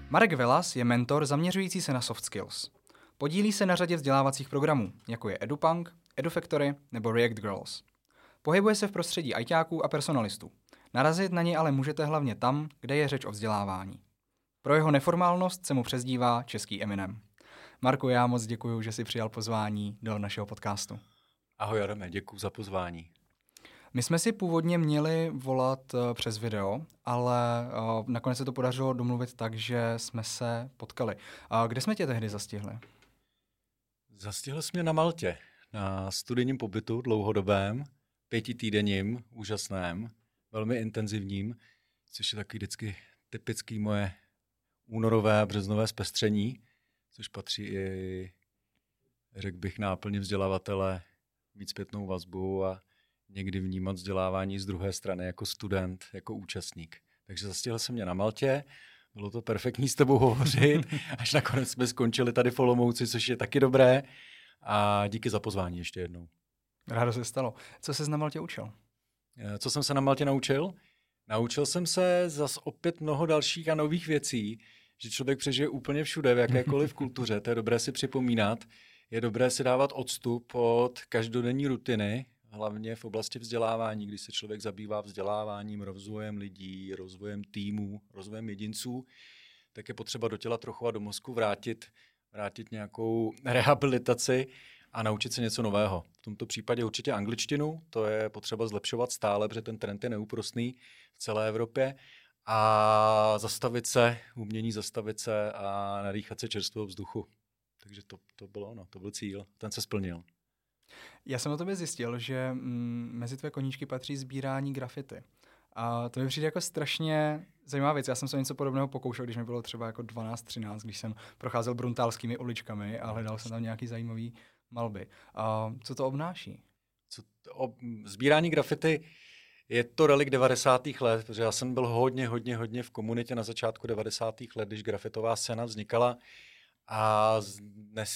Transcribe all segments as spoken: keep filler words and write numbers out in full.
Marek Velas je mentor zaměřující se na soft skills. Podílí se na řadě vzdělávacích programů, jako je EduPunk, EduFactory nebo React Girls. Pohybuje se v prostředí ajťáků a personalistů. Narazit na něj ale můžete hlavně tam, kde je řeč o vzdělávání. Pro jeho neformálnost se mu přezdívá český Eminem. Marku, já moc děkuji, že jsi přijal pozvání do našeho podcastu. Ahoj Adame, děkuji za pozvání. My jsme si původně měli volat uh, přes video, ale uh, nakonec se to podařilo domluvit tak, že jsme se potkali. Uh, kde jsme tě tehdy zastihli? Zastihli jsme na Maltě, na studijním pobytu dlouhodobém, pětitýdenním, úžasném, velmi intenzivním, což je taky vždycky typický moje únorové a březnové zpestření, což patří i, řekl bych, náplně vzdělavatele, mít zpětnou vazbu a někdy vnímat vzdělávání z druhé strany jako student, jako účastník. Takže zastihl jsem mě na Maltě, bylo to perfektní s tebou hovořit, až nakonec jsme skončili tady v Olomouci, což je taky dobré. A díky za pozvání ještě jednou. Rádo se stalo. Co ses na Maltě učil? Co jsem se na Maltě naučil? Naučil jsem se zas opět mnoho dalších a nových věcí, že člověk přežije úplně všude, v jakékoliv kultuře. To je dobré si připomínat. Je dobré si dávat odstup od každodenní rutiny, hlavně v oblasti vzdělávání, když se člověk zabývá vzděláváním, rozvojem lidí, rozvojem týmů, rozvojem jedinců, tak je potřeba do těla trochu a do mozku vrátit, vrátit nějakou rehabilitaci a naučit se něco nového. V tomto případě určitě angličtinu, to je potřeba zlepšovat stále, protože ten trend je neúprosný v celé Evropě. A zastavit se, umění zastavit se a nadýchat se čerstvého vzduchu. Takže to, to bylo ono, to byl cíl, ten se splnil. Já jsem o tobě zjistil, že mm, mezi tvé koníčky patří sbírání grafity. A to mi přijde jako strašně zajímavá věc. Já jsem se něco podobného pokoušel, když mi bylo třeba jako dvanáct třináct, když jsem procházel bruntálskými uličkami a hledal jsem tam nějaký zajímavý malby. A co to obnáší? Co to, o, sbírání grafity je to relikt devadesátých let, protože já jsem byl hodně, hodně, hodně v komunitě na začátku devadesátých let, když grafitová scéna vznikala a dnes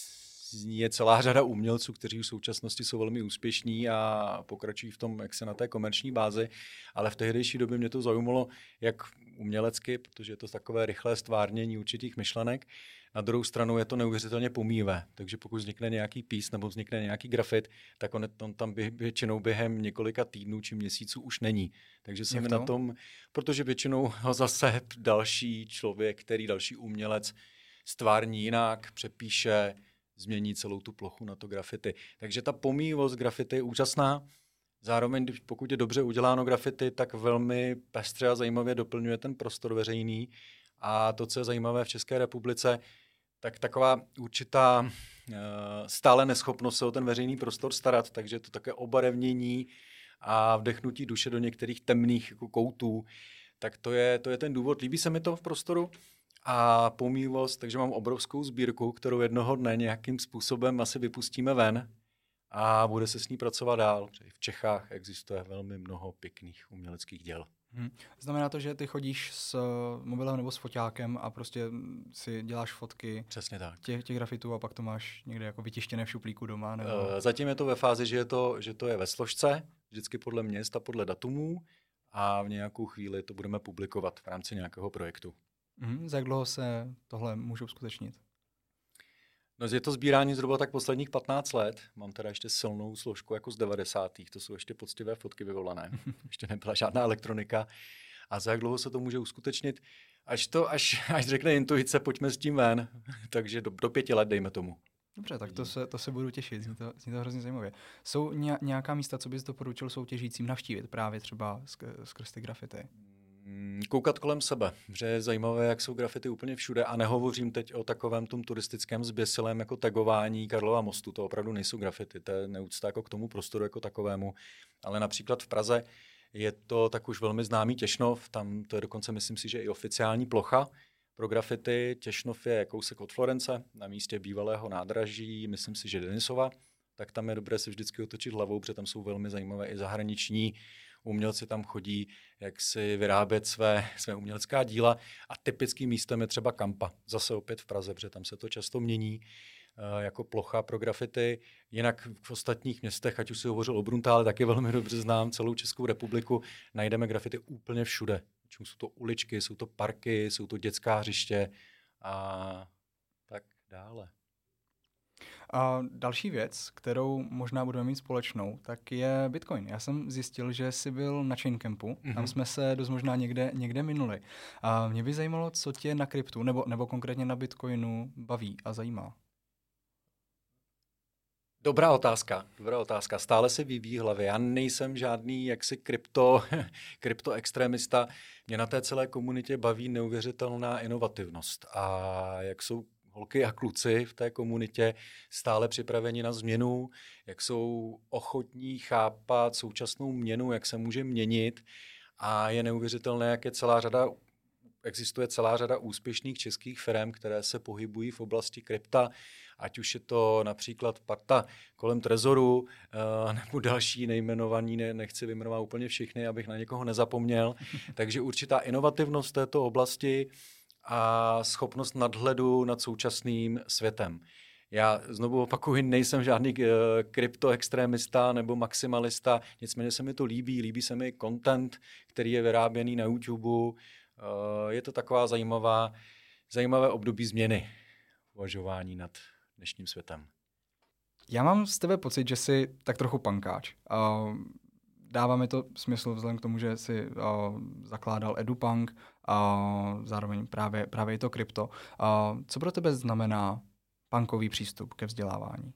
z ní je celá řada umělců, kteří v současnosti jsou velmi úspěšní a pokračují v tom, jak se na té komerční bázi, ale v tehdejší době mě to zajímalo jak umělecky, protože je to takové rychlé stvárnění určitých myšlenek. Na druhou stranu je to neuvěřitelně pomíjivé, takže pokud vznikne nějaký pís nebo vznikne nějaký grafit, tak on, on tam bě, většinou během několika týdnů či měsíců už není. Takže jsem na tom, protože většinou ho zase další člověk, který další umělec stvární jinak, přepíše, změní celou tu plochu na to grafity. Takže ta pomíjivost grafity je úžasná. Zároveň, pokud je dobře uděláno grafity, tak velmi pestře a zajímavě doplňuje ten prostor veřejný. A to, co je zajímavé v České republice, tak taková určitá uh, stále neschopnost se o ten veřejný prostor starat, takže to také obarevnění a vdechnutí duše do některých temných jako koutů, tak to je, to je ten důvod. Líbí se mi to v prostoru a pomíjivost, takže mám obrovskou sbírku, kterou jednoho dne nějakým způsobem asi vypustíme ven a bude se s ní pracovat dál. V Čechách existuje velmi mnoho pěkných uměleckých děl. Hmm. Znamená to, že ty chodíš s mobilem nebo s foťákem a prostě si děláš fotky Přesně tak. Těch, těch grafitů a pak to máš někde jako vytištěné v šuplíku doma? Nebo... Zatím je to ve fázi, že, je to, že to je ve složce, vždycky podle měst a podle datumů a v nějakou chvíli to budeme publikovat v rámci nějakého projektu. Hmm. Za jak dlouho se tohle může uskutečnit? No, je to sbírání zhruba tak posledních patnáct let. Mám teda ještě silnou složku jako z devadesátých. To jsou ještě poctivé fotky vyvolané. Ještě nebyla žádná elektronika. A za jak dlouho se to může uskutečnit? Až to, až, až řekne intuice, pojďme s tím ven. Takže do, do pěti let, dejme tomu. Dobře, tak to se, to se budu těšit. Zní to, zní to hrozně zajímavě. Jsou nějaká místa, co bys doporučil soutěžícím navštívit právě třeba skrz ty grafity? Koukat kolem sebe, že je zajímavé, jak jsou grafity úplně všude a nehovořím teď o takovém tom turistickém zběsilém jako tagování Karlova mostu, to opravdu nejsou grafity, to je neúcta jako k tomu prostoru jako takovému, ale například v Praze je to tak už velmi známý Těšnov, tam to je dokonce myslím si, že i oficiální plocha pro grafity. Těšnov je kousek od Florence, na místě bývalého nádraží, myslím si, že Denisova, tak tam je dobré se vždycky otočit hlavou, protože tam jsou velmi zajímavé i zahraniční umělci tam chodí, jak si vyrábět své, své umělecká díla a typickým místem je třeba Kampa, zase opět v Praze, protože tam se to často mění uh, jako plocha pro grafity. Jinak v ostatních městech, ať už si hovořil o Bruntále, taky velmi dobře znám celou Českou republiku, najdeme grafity úplně všude. Čím jsou to uličky, jsou to parky, jsou to dětská hřiště a tak dále. A další věc, kterou možná budeme mít společnou, tak je Bitcoin. Já jsem zjistil, že jsi byl na Chaincampu, mm-hmm. tam jsme se dost možná někde, někde minuli. A mě by zajímalo, co tě na kryptu, nebo, nebo konkrétně na Bitcoinu baví a zajímá. Dobrá otázka, dobrá otázka. Stále se vyvíjí hlavy. Já nejsem žádný jaksi krypto, krypto extremista. Mě na té celé komunitě baví neuvěřitelná inovativnost. A jak jsou holky a kluci v té komunitě stále připraveni na změnu, jak jsou ochotní chápat současnou měnu, jak se může měnit. A je neuvěřitelné, jak je celá řada Existuje celá řada úspěšných českých firm, které se pohybují v oblasti krypta, ať už je to například parta kolem Trezoru, uh, nebo další nejmenovaní, ne, nechci vyjmenovat úplně všechny, abych na někoho nezapomněl. Takže určitá inovativnost této oblasti a schopnost nadhledu nad současným světem. Já znovu opakuju, nejsem žádný uh, kryptoextremista nebo maximalista, nicméně se mi to líbí, líbí se mi content, který je vyráběný na YouTube. Je to taková zajímavá, zajímavé období změny uvažování nad dnešním světem. Já mám z tebe pocit, že jsi tak trochu pankáč. Uh, dává mi to smysl vzhledem k tomu, že jsi uh, zakládal EduPunk a uh, zároveň právě, právě i to krypto. Uh, co pro tebe znamená punkový přístup ke vzdělávání?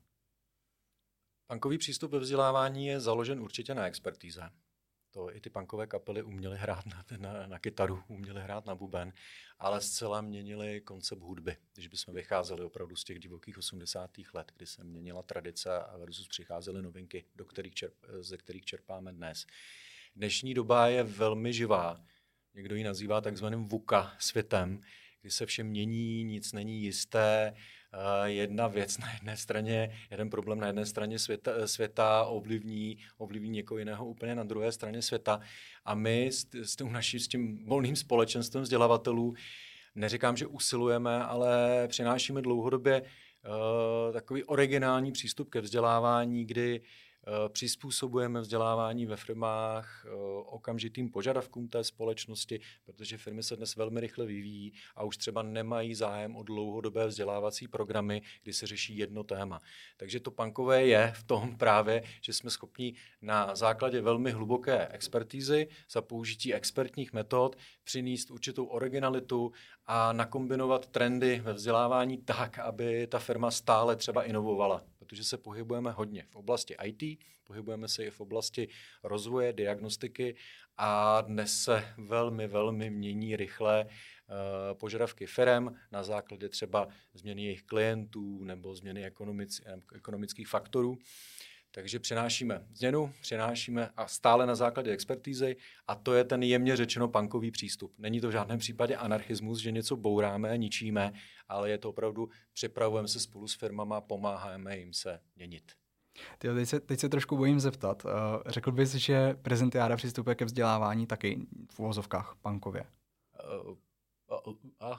Punkový přístup ve vzdělávání je založen určitě na expertíze. To i ty punkové kapely uměly hrát na, na, na kytaru, uměly hrát na buben, ale zcela měnili koncept hudby. Když bychom vycházeli opravdu z těch divokých osmdesátých let, kdy se měnila tradice a versus přicházely novinky, do kterých čerp, ze kterých čerpáme dnes. Dnešní doba je velmi živá. Někdo ji nazývá takzvaným VUCA světem, kdy se vše mění, nic není jisté. Uh, jedna věc na jedné straně, jeden problém na jedné straně světa, světa ovlivní, ovlivní někoho jiného úplně na druhé straně světa. A my s, s, naši, s tím volným společenstvem vzdělavatelů, neříkám, že usilujeme, ale přinášíme dlouhodobě uh, takový originální přístup ke vzdělávání, kdy přizpůsobujeme vzdělávání ve firmách okamžitým požadavkům té společnosti, protože firmy se dnes velmi rychle vyvíjí a už třeba nemají zájem o dlouhodobé vzdělávací programy, kdy se řeší jedno téma. Takže to punkové je v tom právě, že jsme schopni na základě velmi hluboké expertízy za použití expertních metod přinést určitou originalitu a nakombinovat trendy ve vzdělávání tak, aby ta firma stále třeba inovovala. Protože se pohybujeme hodně v oblasti í té, pohybujeme se i v oblasti rozvoje, diagnostiky a dnes se velmi, velmi mění rychle uh, požadavky firem na základě třeba změny jejich klientů nebo změny ekonomic, ekonomických faktorů. Takže přinášíme změnu, přinášíme a stále na základě expertízy a to je ten jemně řečeno punkový přístup. Není to v žádném případě anarchismus, že něco bouráme a ničíme, ale je to opravdu, připravujeme se spolu s firmama, pomáháme jim se měnit. Ty, teď, se, teď se trošku bojím zeptat. Uh, řekl bys, že Prezentiáda přistupuje ke vzdělávání taky v uvozovkách punkově? Uh, uh, uh, uh,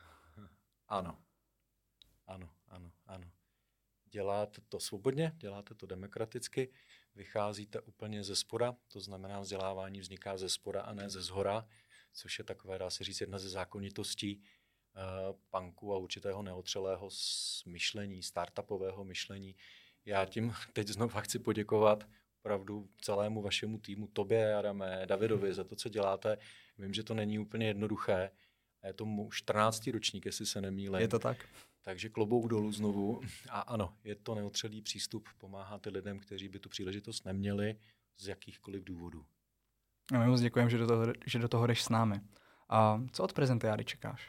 ano. Ano, ano, ano. Děláte to svobodně, děláte to demokraticky, vycházíte úplně ze spoda, to znamená vzdělávání vzniká ze spoda a ne ze zhora, což je takové, dá se říct, jedna ze zákonitostí uh, punku a určitého neotřelého myšlení, startupového myšlení. Já tím teď znovu chci poděkovat opravdu celému vašemu týmu, tobě, Adame, Davidovi, za to, co děláte. Vím, že to není úplně jednoduché. Je to čtrnáctý ročník, jestli se nemýlím. Je to tak. Takže klobouk dolů znovu. A ano, je to neotřelý přístup. Pomáháte lidem, kteří by tu příležitost neměli z jakýchkoliv důvodů. A my moc děkujeme, že do toho, že do toho jdeš s námi. A co od Prezentiády čekáš?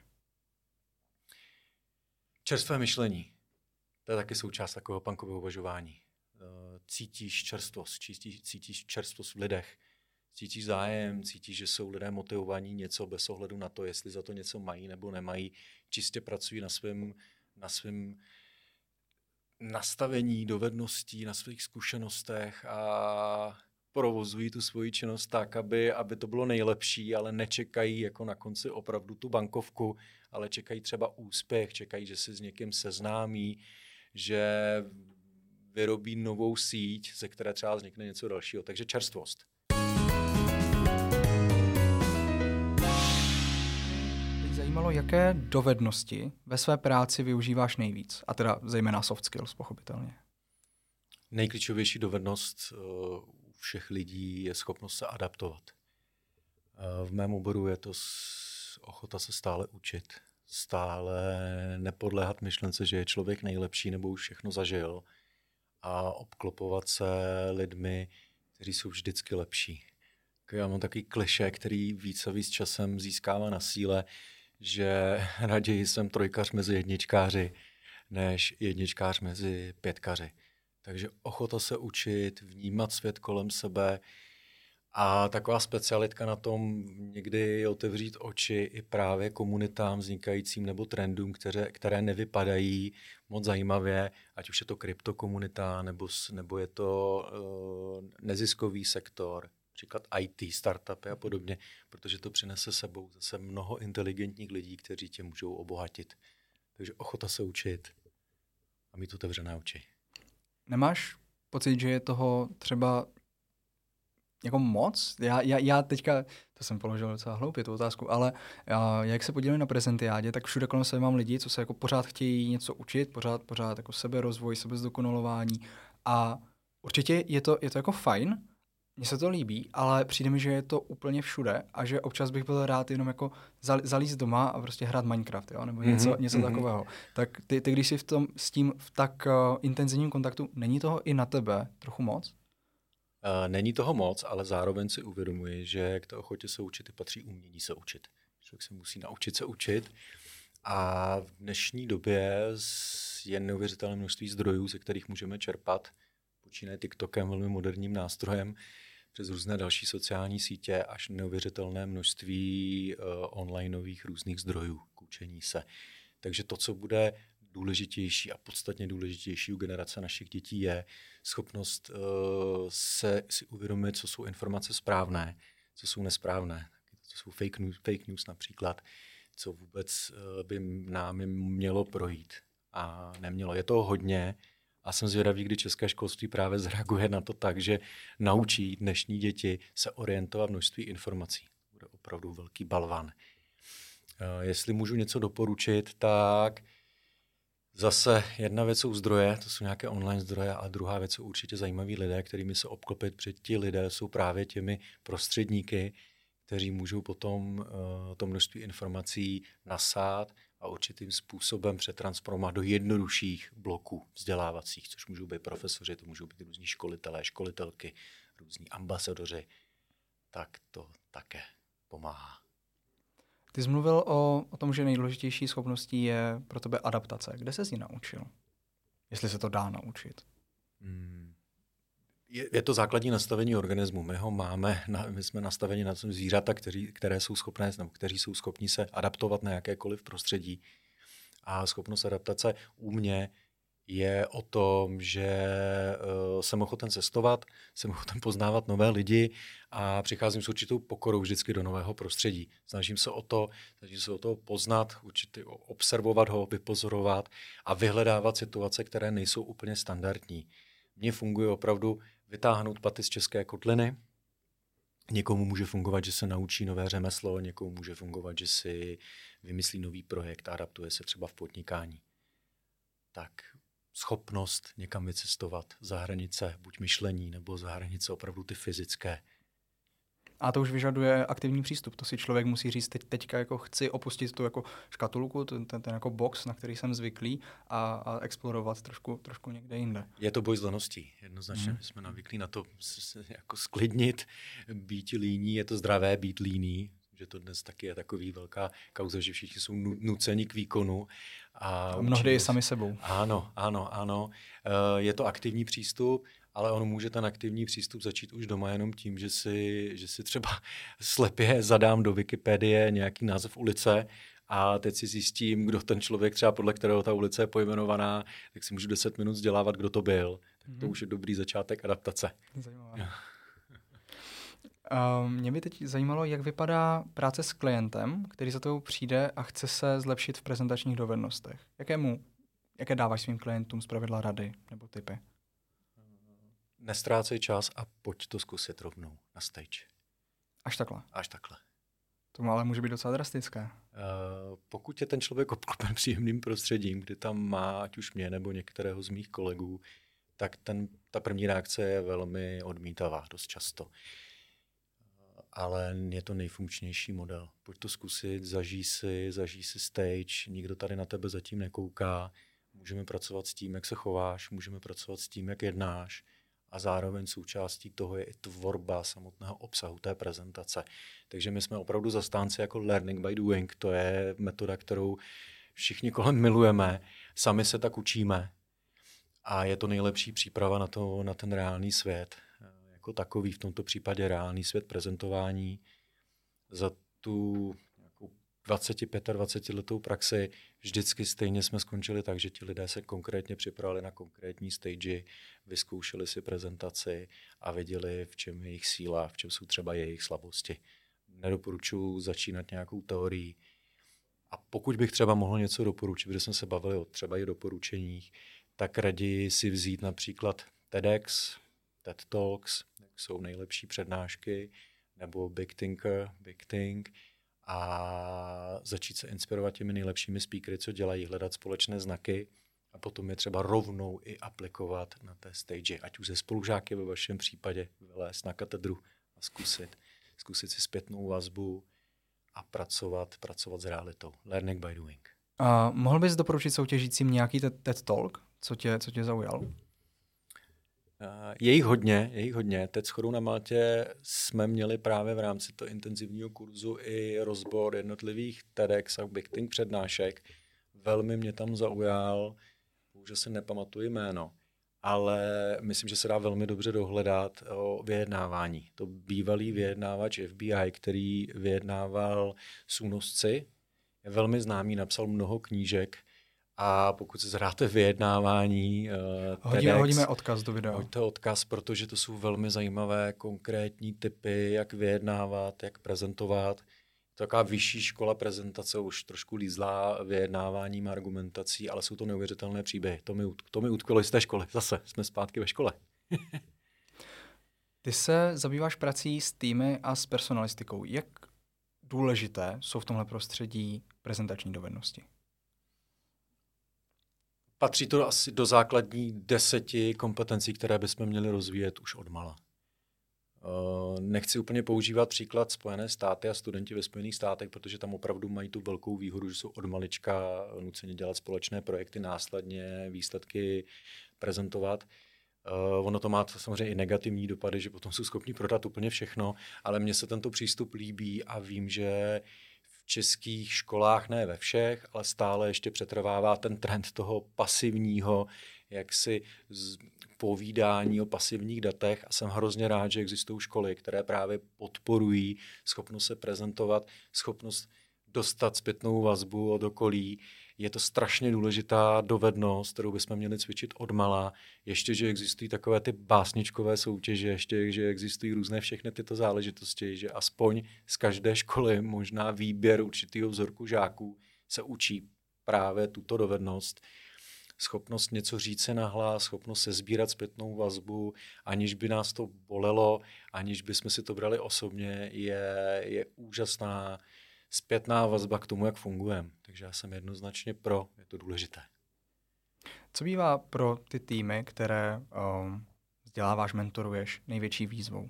Čerstvé myšlení. To je taky součást takového punkového uvažování. Cítíš čerstvost, cítíš, cítíš čerstvost v lidech, cítíš zájem, cítíš, že jsou lidé motivovaní něco bez ohledu na to, jestli za to něco mají nebo nemají. Čistě pracují na svém na svém nastavení dovedností, na svých zkušenostech a provozují tu svoji činnost tak, aby, aby to bylo nejlepší, ale nečekají jako na konci opravdu tu bankovku, ale čekají třeba úspěch, čekají, že se s někým seznámí, že vyrobí novou síť, ze které třeba vznikne něco dalšího. Takže čerstvost. zajímalo, jaké dovednosti ve své práci využíváš nejvíc, a teda zejména soft skills, pochopitelně. Nejklíčovější dovednost uh, u všech lidí je schopnost se adaptovat. Uh, v mém oboru je to s, ochota se stále učit, stále nepodléhat myšlence, že je člověk nejlepší nebo už všechno zažil a obklopovat se lidmi, kteří jsou vždycky lepší. Já mám takový klišé, který víc a víc časem získává na síle, že raději jsem trojkař mezi jedničkáři, než jedničkář mezi pětkaři. Takže ochota se učit, vnímat svět kolem sebe a taková specialitka na tom někdy otevřít oči i právě komunitám vznikajícím nebo trendům, které, které nevypadají moc zajímavě, ať už je to kryptokomunita nebo, nebo je to uh, neziskový sektor, například í té, startupy a podobně, protože to přinese sebou zase mnoho inteligentních lidí, kteří tě můžou obohatit. Takže ochota se učit a mít otevřené oči. Nemáš pocit, že je toho třeba jako moc? Já, já, já teďka, to jsem položil docela hloupě tu otázku, ale já, jak se podívám na prezentiádě, tak všude kolem sebe mám lidi, co se jako pořád chtějí něco učit, pořád, pořád jako seberozvoj, sebezdokonalování a určitě je to, je to jako fajn, mně se to líbí, ale přijde mi, že je to úplně všude a že občas bych byl rád jenom jako zalízt doma a prostě hrát Minecraft, jo? Nebo něco, mm-hmm. něco takového. Tak ty, ty, když jsi v tom, s tím v tak uh, intenzivním kontaktu, není toho i na tebe trochu moc? Uh, není toho moc, ale zároveň si uvědomuji, že k té ochotě se učit patří umění se učit. Člověk se musí naučit se učit a v dnešní době je neuvěřitelné množství zdrojů, ze kterých můžeme čerpat. Počínaje TikTokem, velmi moderním nástrojem, přes různé další sociální sítě až neuvěřitelné množství uh, onlineových různých zdrojů k učení se. Takže to, co bude důležitější a podstatně důležitější u generace našich dětí, je schopnost uh, se si uvědomit, co jsou informace správné, co jsou nesprávné, co jsou fake news, fake news například, co vůbec uh, by nám mělo projít a nemělo. Je toho hodně. A jsem zvědavý, kdy české školství právě zareaguje na to tak, že naučí dnešní děti se orientovat v množství informací. Bude opravdu velký balvan. Jestli můžu něco doporučit, tak zase jedna věc jsou zdroje, to jsou nějaké online zdroje, a druhá věc jsou určitě zajímaví lidé, kterými se obklopit, protože ti lidé jsou právě těmi prostředníky, kteří můžou potom uh, to množství informací nasát a určitým způsobem přetransformovat do jednodušších bloků vzdělávacích, což můžou být profesoři, to můžou být různí školitelé, školitelky, různí ambasadoři. Tak to také pomáhá. Ty jsi mluvil o, o tom, že nejdůležitější schopností je pro tebe adaptace. Kde se z ní naučil? Jestli se to dá naučit. Hmm. Je, je to základní nastavení organismu. My ho máme, na, my jsme nastaveni na zvířata, kteří, které jsou schopné, nebo kteří jsou schopni se adaptovat na jakékoliv prostředí. A schopnost adaptace u mě je o tom, že uh, jsem ochoten cestovat, jsem ochoten poznávat nové lidi a přicházím s určitou pokorou vždycky do nového prostředí. Snažím se o to, snažím se o to poznat, určitě observovat ho, vypozorovat a vyhledávat situace, které nejsou úplně standardní. Mně funguje opravdu vytáhnout paty z české kotliny. Někomu může fungovat, že se naučí nové řemeslo, někomu může fungovat, že si vymyslí nový projekt a adaptuje se třeba v podnikání. Tak schopnost někam vycestovat za hranice, buď myšlení, nebo za hranice opravdu ty fyzické. A to už vyžaduje aktivní přístup. To si člověk musí říct, teď, teďka jako chci opustit tu jako škatulku, ten, ten, ten jako box, na který jsem zvyklý a, a explorovat trošku, trošku někde jinde. Je to boj s leností. Jednoznačně hmm. jsme navyklí na to se jako sklidnit, být líní, je to zdravé být líný, že to dnes taky je takový velká kauza, že všichni jsou nuceni k výkonu. A, a mnohdy i sami sebou. Ano, ano, ano. Je to aktivní přístup, ale on může ten aktivní přístup začít už doma jenom tím, že si, že si třeba slepě zadám do Wikipedie nějaký název ulice a teď si zjistím, kdo ten člověk, třeba podle kterého ta ulice je pojmenovaná, tak si můžu deset minut vzdělávat, kdo to byl. Tak to mm. už je dobrý začátek adaptace. Zajímavé. Uh, mě by teď zajímalo, jak vypadá práce s klientem, který za tebou přijde a chce se zlepšit v prezentačních dovednostech. Jakému, jaké dáváš svým klientům zpravidla rady nebo tipy? Nestrácej čas a pojď to zkusit rovnou na stage. Až takhle? Až takhle. To ale může být docela drastické. Uh, pokud je ten člověk obklopen příjemným prostředím, kdy tam má ať už mě nebo některého z mých kolegů, tak ten, ta první reakce je velmi odmítavá dost často. Uh, ale je to nejfunkčnější model. Pojď to zkusit, zažij si, zažij si stage, nikdo tady na tebe zatím nekouká, můžeme pracovat s tím, jak se chováš, můžeme pracovat s tím, jak jednáš, a zároveň součástí toho je i tvorba samotného obsahu té prezentace. Takže my jsme opravdu zastánci jako learning by doing. To je metoda, kterou všichni kolem milujeme, sami se tak učíme. A je to nejlepší příprava na, to, na ten reálný svět. Jako takový, v tomto případě reálný svět prezentování. Za tu dvacet pět dvacet letou praxi vždycky stejně jsme skončili tak, že ti lidé se konkrétně připravili na konkrétní stage, vyzkoušeli si prezentaci a viděli, v čem je jejich síla, v čem jsou třeba jejich slabosti. Nedoporučuji začínat nějakou teorií. A pokud bych třeba mohl něco doporučit, protože jsme se bavili o třeba i doporučeních, tak raději si vzít například TEDx, TED Talks, jsou nejlepší přednášky, nebo Big Thinker, Big Think, a začít se inspirovat těmi nejlepšími speakery, co dělají, hledat společné znaky a potom je třeba rovnou i aplikovat na té stage, ať už ze spolužáky ve vašem případě vylézt na katedru a zkusit, zkusit si zpětnou vazbu a pracovat, pracovat s realitou. Learning by doing. A mohl bys doporučit soutěžícím nějaký TED Talk, co tě, co tě zaujal? Uh, je jich hodně, je jich hodně. Teď shodou na Maltě jsme měli právě v rámci toho intenzivního kurzu i rozbor jednotlivých TEDx a Big Think přednášek. Velmi mě tam zaujal, už si nepamatuji jméno, ale myslím, že se dá velmi dobře dohledat o vyjednávání. To bývalý vyjednávač F B I, který vyjednával s únosci, je velmi známý, napsal mnoho knížek. A pokud se zhráte vyjednávání uh, hodíme, TEDx, hodíme odkaz do videa. Hoďte odkaz, protože to jsou velmi zajímavé konkrétní typy, jak vyjednávat, jak prezentovat. To je taková vyšší škola prezentace, už trošku lízlá vyjednáváním, argumentací, ale jsou to neuvěřitelné příběhy. To mi, to mi utkvělo z té školy. Zase jsme zpátky ve škole. Ty se zabýváš prací s týmy a s personalistikou. Jak důležité jsou v tomhle prostředí prezentační dovednosti? Patří to asi do základní deseti kompetencí, které bychom měli rozvíjet už odmala. Nechci úplně používat příklad Spojené státy a studenti ve Spojených státech, protože tam opravdu mají tu velkou výhodu, že jsou od malička nuceni dělat společné projekty, následně výsledky prezentovat. Ono to má samozřejmě i negativní dopady, že potom jsou schopni prodat úplně všechno, ale mně se tento přístup líbí a vím, že v českých školách, ne ve všech, ale stále ještě přetrvává ten trend toho pasivního, jaksi povídání o pasivních datech, a jsem hrozně rád, že existují školy, které právě podporují schopnost se prezentovat, schopnost dostat zpětnou vazbu od okolí. Je to strašně důležitá dovednost, kterou bychom měli cvičit odmala. Ještě, že existují takové ty básničkové soutěže, ještě, že existují různé všechny tyto záležitosti, že aspoň z každé školy možná výběr určitého vzorku žáků se učí právě tuto dovednost. Schopnost něco říct nahlas, schopnost sesbírat zpětnou vazbu, aniž by nás to bolelo, aniž bychom si to brali osobně, je, je úžasná zpětná vazba k tomu, jak fungujeme. Takže já jsem jednoznačně pro, je to důležité. Co bývá pro ty týmy, které um, vzděláváš, mentoruješ, největší výzvou?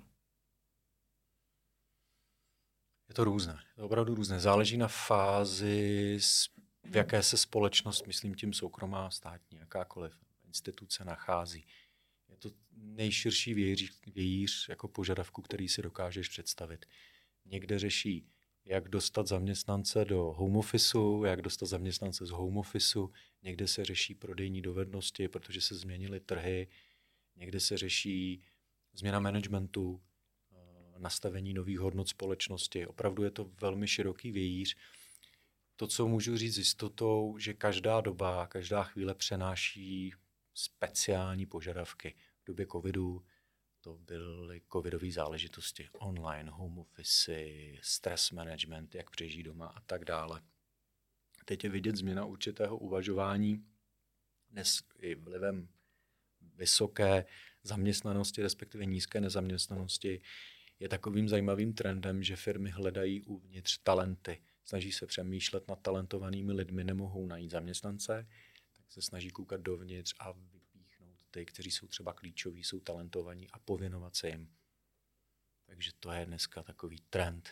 Je to různé, je to opravdu různé. Záleží na fázi, v jaké se společnost, myslím tím soukromá, státní, jakákoliv instituce nachází. Je to nejširší vějíř, vějíř jako požadavku, který si dokážeš představit. Někde řeší, jak dostat zaměstnance do home officeu, jak dostat zaměstnance z home officeu, někde se řeší prodejní dovednosti, protože se změnily trhy, někde se řeší změna managementu, nastavení nových hodnot společnosti. Opravdu je to velmi široký vějíř. To, co můžu říct s jistotou, že každá doba, každá chvíle přenáší speciální požadavky. V době covidu to byly covidové záležitosti, online, home office, stress management, jak přežít doma a tak dále. Teď je vidět změna určitého uvažování, dnes i vlivem vysoké zaměstnanosti, respektive nízké nezaměstnanosti, je takovým zajímavým trendem, že firmy hledají uvnitř talenty. Snaží se přemýšlet nad talentovanými lidmi, nemohou najít zaměstnance, tak se snaží koukat dovnitř a vypíchnout ty, kteří jsou třeba klíčoví, jsou talentovaní a pověnovat se jim. Takže to je dneska takový trend.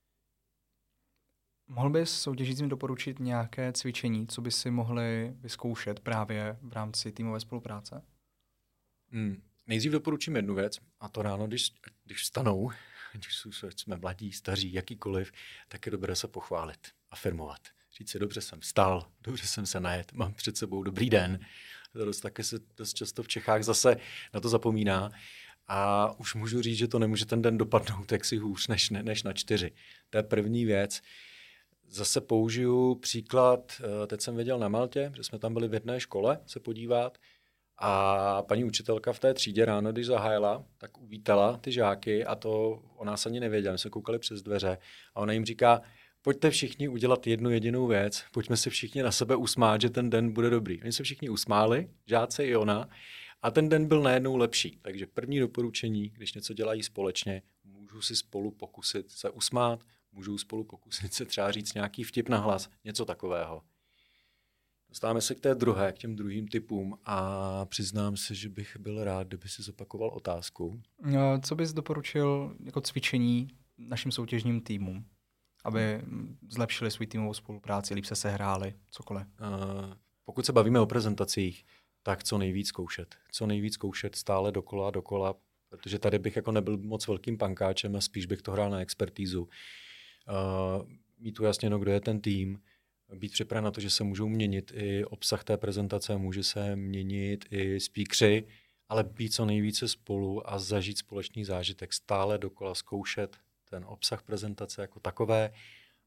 Mohl bys soutěžícím doporučit nějaké cvičení, co by si mohli vyzkoušet právě v rámci týmové spolupráce? Hmm. Nejdřív doporučím jednu věc, a to ráno, když, když vstanou, když jsme mladí, staří, jakýkoliv, tak je dobré se pochválit, afirmovat. Říct si, dobře jsem vstal, dobře jsem se najet, mám před sebou dobrý den. To dost, taky se dost často v Čechách zase na to zapomíná. A už můžu říct, že to nemůže ten den dopadnout tak si hůř než, než na čtyři. To je první věc. Zase použiju příklad, teď jsem viděl na Maltě, že jsme tam byli v jedné škole se podívat a paní učitelka v té třídě ráno, když zahájila, tak uvítala ty žáky a to o nás ani nevěděla. My jsme koukali přes dveře a ona jim říká, pojďte všichni udělat jednu jedinou věc, pojďme se všichni na sebe usmát, že ten den bude dobrý. Oni se všichni usmáli, žáci i ona, a ten den byl najednou lepší. Takže první doporučení, když něco dělají společně, můžu si spolu pokusit se usmát, můžou spolu pokusit se třeba říct nějaký vtip na hlas, něco takového. Dostáváme se k té druhé, k těm druhým typům a přiznám se, že bych byl rád, kdyby si zopakoval otázku. Co bys doporučil jako cvičení našim soutěžním týmům, aby zlepšili svou týmovou spolupráci, líp se sehráli, cokoliv? Uh, pokud se bavíme o prezentacích, tak co nejvíc zkoušet. Co nejvíc zkoušet stále dokola, dokola, protože tady bych jako nebyl moc velkým pankáčem a spíš bych to hrál na expertízu. Uh, mít tu jasněno, kdo je ten tým, být připraven na to, že se můžou měnit i obsah té prezentace, může se měnit i speakeři, ale být co nejvíce spolu a zažít společný zážitek, stále dokola zkoušet ten obsah prezentace jako takové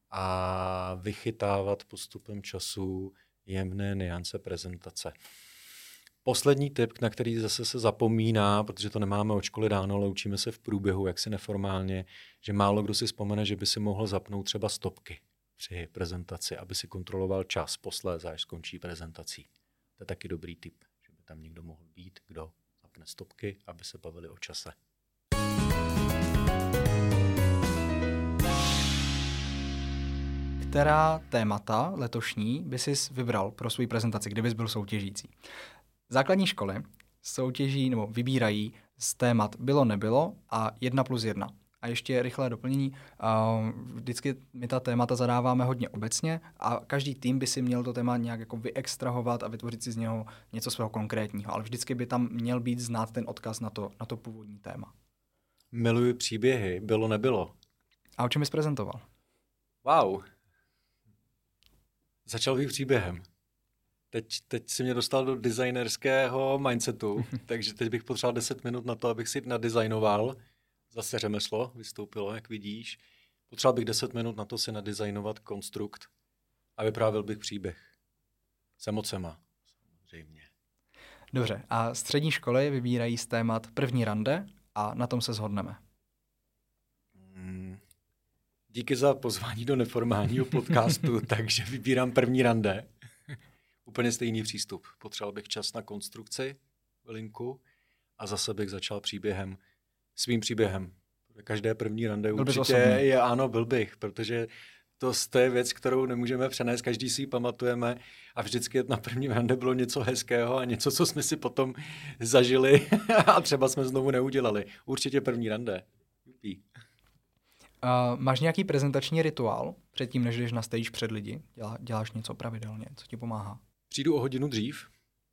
a vychytávat postupem času jemné nuance prezentace. Poslední tip, na který zase se zapomíná, protože to nemáme od školy dáno, ale učíme se v průběhu, jaksi neformálně, že málo kdo si vzpomene, že by si mohl zapnout třeba stopky při prezentaci, aby si kontroloval čas posléze, až skončí prezentací. To je taky dobrý tip, že by tam někdo mohl být, kdo zapne stopky, aby se bavili o čase. Která témata letošní by sis vybral pro svou prezentaci, kdybys byl soutěžící? Základní školy soutěží nebo vybírají z témat bylo, nebylo a jedna plus jedna. A ještě rychlé doplnění. Vždycky my ta témata zadáváme hodně obecně a každý tým by si měl to téma nějak jako vyextrahovat a vytvořit si z něho něco svého konkrétního. Ale vždycky by tam měl být znát ten odkaz na to, na to původní téma. Miluji příběhy, bylo, nebylo. A o čem bys prezentoval? Wow. Začal bych příběhem. Teď, teď si mě dostal do designerského mindsetu, takže teď bych potřeboval deset minut na to, abych si nadizajnoval. Zase řemeslo vystoupilo, jak vidíš. Potřeboval bych deset minut na to si nadizajnovat konstrukt a vyprávěl bych příběh. S emocema, samozřejmě. Dobře, a střední školy vybírají z témat první rande a na tom se shodneme. Hmm. Díky za pozvání do neformálního podcastu, takže vybírám první rande. Úplně stejný přístup. Potřeboval bych čas na konstrukci, linku a zase bych začal příběhem, svým příběhem. Každé první rande byl určitě je, ano, byl bych, protože to, to je věc, kterou nemůžeme přenést, každý si ji pamatujeme a vždycky na prvním rande bylo něco hezkého a něco, co jsme si potom zažili a třeba jsme znovu neudělali. Určitě první rande. Jupí. Uh, máš nějaký prezentační rituál předtím, než jdeš na stage před lidi? Dělá, děláš něco pravidelně? Co ti pomáhá? Přijdu o hodinu dřív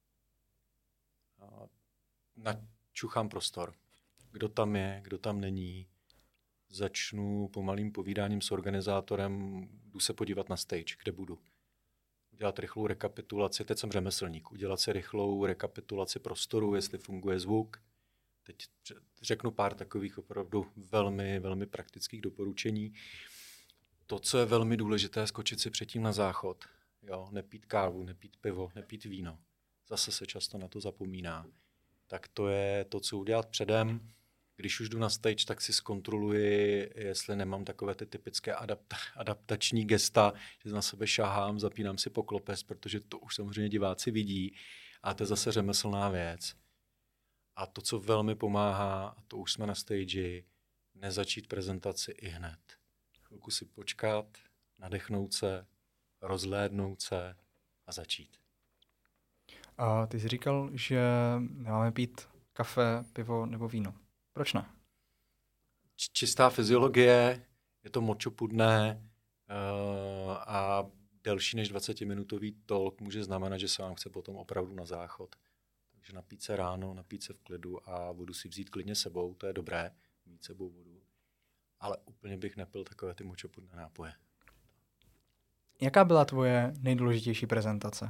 a načuchám prostor. Kdo tam je, kdo tam není. Začnu pomalým povídáním s organizátorem, jdu se podívat na stage, kde budu. Udělat rychlou rekapitulaci, teď jsem řemeslník, udělat si rychlou rekapitulaci prostoru, jestli funguje zvuk. Teď řeknu pár takových opravdu velmi, velmi praktických doporučení. To, co je velmi důležité, skočit si předtím na záchod. Jo, nepít kávu, nepít pivo, nepít víno. Zase se často na to zapomíná. Tak to je to, co udělat předem. Když už jdu na stage, tak si zkontroluji, jestli nemám takové ty typické adapta- adaptační gesta, že na sebe šahám, zapínám si poklopes, protože to už samozřejmě diváci vidí. A to je zase řemeslná věc. A to, co velmi pomáhá, a to už jsme na stage, nezačít prezentaci i hned. Chvilku si počkat, nadechnout se, rozhlédnout se a začít. A ty jsi říkal, že nemáme pít kafe, pivo nebo víno. Proč ne? Č- čistá fyziologie, je to močopudné uh, a delší než dvacetiminutový talk může znamenat, že se vám chce potom opravdu na záchod. Takže napít se ráno, napít se v klidu a vodu si vzít klidně sebou, to je dobré, mít sebou vodu. Ale úplně bych nepil takové ty močopudné nápoje. Jaká byla tvoje nejdůležitější prezentace?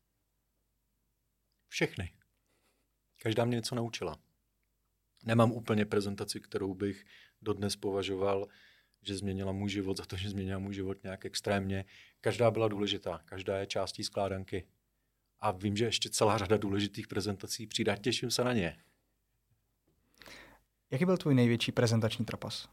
Všechny. Každá mě něco naučila. Nemám úplně prezentaci, kterou bych dodnes považoval, že změnila můj život za to, že změnila můj život nějak extrémně. Každá byla důležitá, každá je částí skládanky. A vím, že ještě celá řada důležitých prezentací přijde a těším se na ně. Jaký byl tvůj největší prezentační trapas?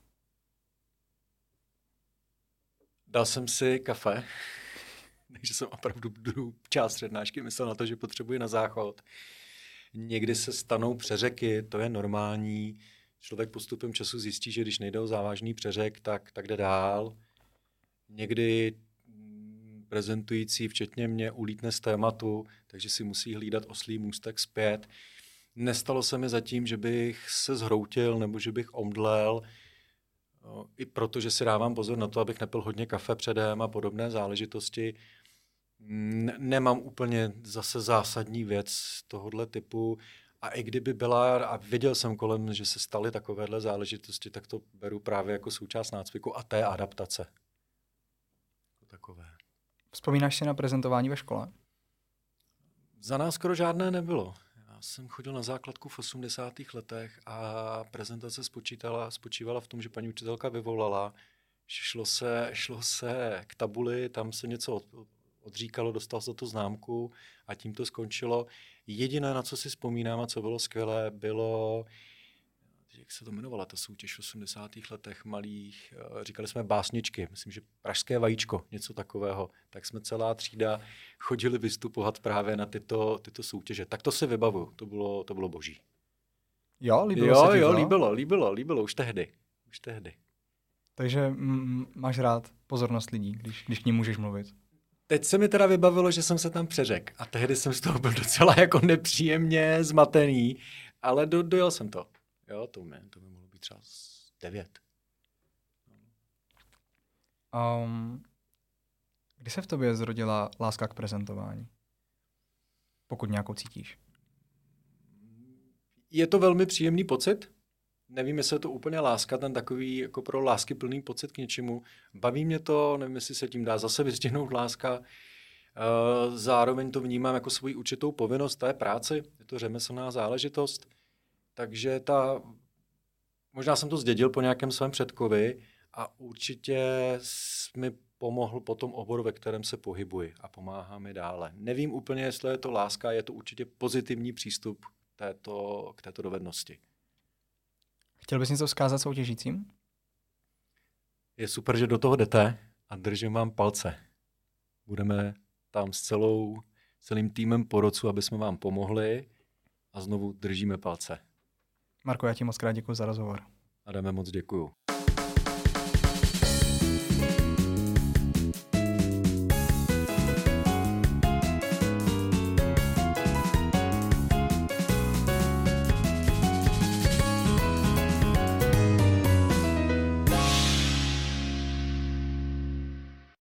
Dal jsem si kafe, takže jsem opravdu druhou část přednášky myslel na to, že potřebuji na záchod. Někdy se stanou přeřeky, to je normální. Člověk postupem času zjistí, že když nejde o závažný přeřek, tak, tak jde dál. Někdy prezentující, včetně mě, ulítne z tématu, takže si musí hlídat oslí můstek zpět. Nestalo se mi zatím, že bych se zhroutil nebo že bych omdlel, i protože si dávám pozor na to, abych nepil hodně kafe předem a podobné záležitosti. Nemám úplně zase zásadní věc tohohle typu. A i kdyby byla, a viděl jsem kolem, že se staly takovéhle záležitosti, tak to beru právě jako součást nácviku a té adaptace. Takové. Vzpomínáš si na prezentování ve škole? Za nás skoro žádné nebylo. Já jsem chodil na základku v osmdesátých letech a prezentace spočítala, spočívala v tom, že paní učitelka vyvolala, že šlo se, šlo se k tabuli, tam se něco od, odříkalo, dostal za to známku a tím to skončilo. Jediné, na co si vzpomínám a co bylo skvělé, bylo, jak se to jmenovala, ta soutěž v osmdesátých letech malých, říkali jsme básničky, myslím, že Pražské vajíčko, něco takového. Tak jsme celá třída chodili vystupovat právě na tyto, tyto soutěže. Tak to si vybavuju, to bylo, to bylo boží. Jo, líbilo jo, se ti jo, to? líbilo, líbilo, líbilo, už tehdy. Už tehdy. Takže mm, máš rád pozornost lidí, když, když k ním můžeš mluvit. Teď se mi teda vybavilo, že jsem se tam přeřekl a tehdy jsem z toho byl docela jako nepříjemně zmatený, ale do, dojel jsem to. Jo, to mi, to mi mohlo být třeba devět. Um, kdy se v tobě zrodila láska k prezentování? Pokud nějakou cítíš. Je to velmi příjemný pocit. Nevím, jestli je to úplně láska, ten takový jako pro lásky plný pocit k něčemu. Baví mě to, nevím, jestli se tím dá zase vystihnout láska. Zároveň to vnímám jako svoji určitou povinnost té práci. Je to řemeslná záležitost. Takže ta, možná jsem to zdědil po nějakém svém předkovi a určitě mi pomohl po tom oboru, ve kterém se pohybuji a pomáhá mi dále. Nevím úplně, jestli je to láska, je to určitě pozitivní přístup k této, k této dovednosti. Chtěl bys něco vzkázat soutěžícím? Je super, že do toho jdete a držím vám palce. Budeme tam s celou, celým týmem porodců, aby jsme vám pomohli a znovu držíme palce. Marko, já ti moc krát děkuji za rozhovor. Adame, moc děkuju.